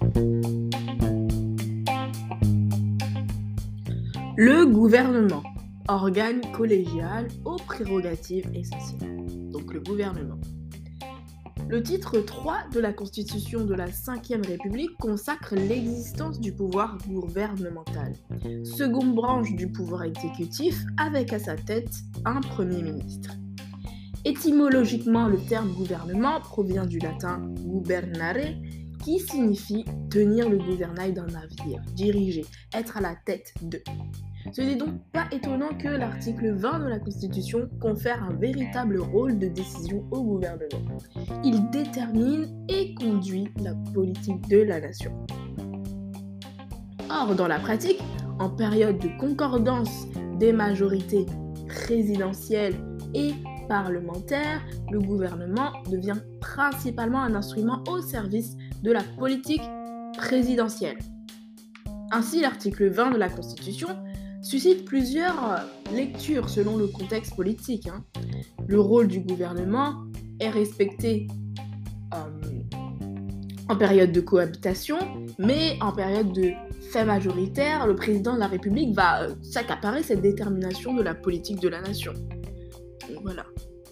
Le gouvernement, organe collégial aux prérogatives essentielles. Donc le gouvernement. Le titre 3 de la Constitution de la Ve République consacre l'existence du pouvoir gouvernemental, seconde branche du pouvoir exécutif avec à sa tête un Premier ministre. Étymologiquement, le terme gouvernement provient du latin gubernare, qui signifie tenir le gouvernail d'un navire, diriger, être à la tête de. Ce n'est donc pas étonnant que l'article 20 de la Constitution confère un véritable rôle de décision au gouvernement. Il détermine et conduit la politique de la nation. Or, dans la pratique, en période de concordance des majorités présidentielles et parlementaires, le gouvernement devient principalement un instrument au service de la politique présidentielle. Ainsi, l'article 20 de la Constitution suscite plusieurs lectures selon le contexte politique. Le rôle du gouvernement est respecté en période de cohabitation, mais en période de fait majoritaire, le président de la République va s'accaparer cette détermination de la politique de la nation. Donc, voilà.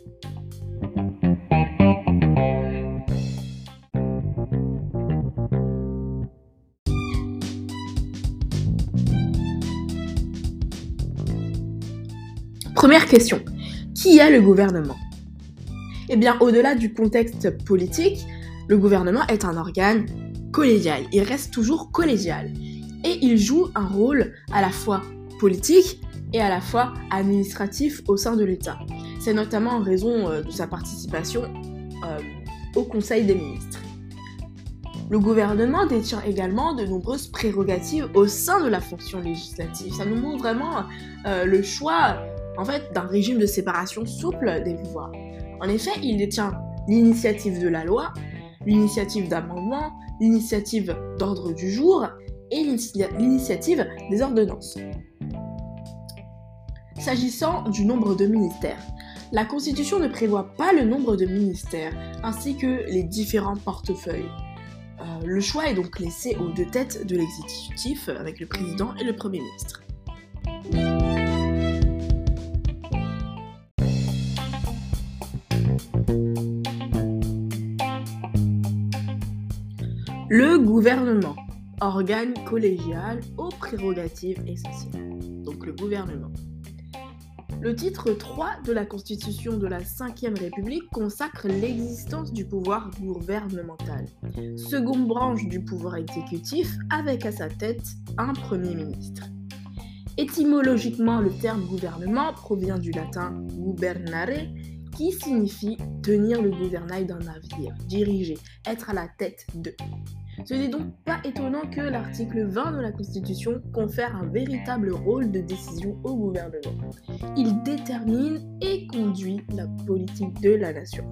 Première question, qui est le gouvernement ? Eh bien, au-delà du contexte politique, le gouvernement est un organe collégial. Il reste toujours collégial. Et il joue un rôle à la fois politique et à la fois administratif au sein de l'État. C'est notamment en raison de sa participation au Conseil des ministres. Le gouvernement détient également de nombreuses prérogatives au sein de la fonction législative. Ça nous montre vraiment le choix d'un régime de séparation souple des pouvoirs. En effet, il détient l'initiative de la loi, l'initiative d'amendement, l'initiative d'ordre du jour et l'initiative des ordonnances. S'agissant du nombre de ministères, la Constitution ne prévoit pas le nombre de ministères ainsi que les différents portefeuilles. Le choix est donc laissé aux deux têtes de l'exécutif avec le président et le Premier ministre. Le gouvernement, organe collégial aux prérogatives essentielles. Donc le gouvernement. Le titre 3 de la Constitution de la Ve République consacre l'existence du pouvoir gouvernemental, seconde branche du pouvoir exécutif avec à sa tête un Premier ministre. Étymologiquement, le terme gouvernement provient du latin gubernare, qui signifie tenir le gouvernail d'un navire, diriger, être à la tête de. Ce n'est donc pas étonnant que l'article 20 de la Constitution confère un véritable rôle de décision au gouvernement. Il détermine et conduit la politique de la nation.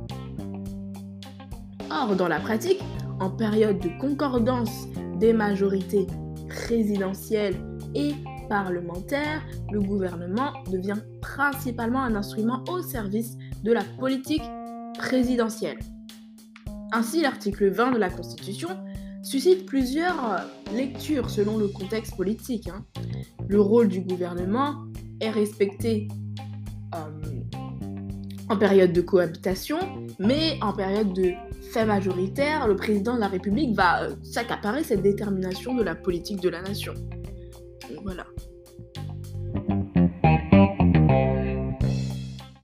Or, dans la pratique, en période de concordance des majorités présidentielles et parlementaires, le gouvernement devient principalement un instrument au service de la politique présidentielle. Ainsi, l'article 20 de la Constitution suscite plusieurs lectures selon le contexte politique. Le rôle du gouvernement est respecté en période de cohabitation, mais en période de fait majoritaire, le président de la République va s'accaparer cette détermination de la politique de la nation. Donc, voilà.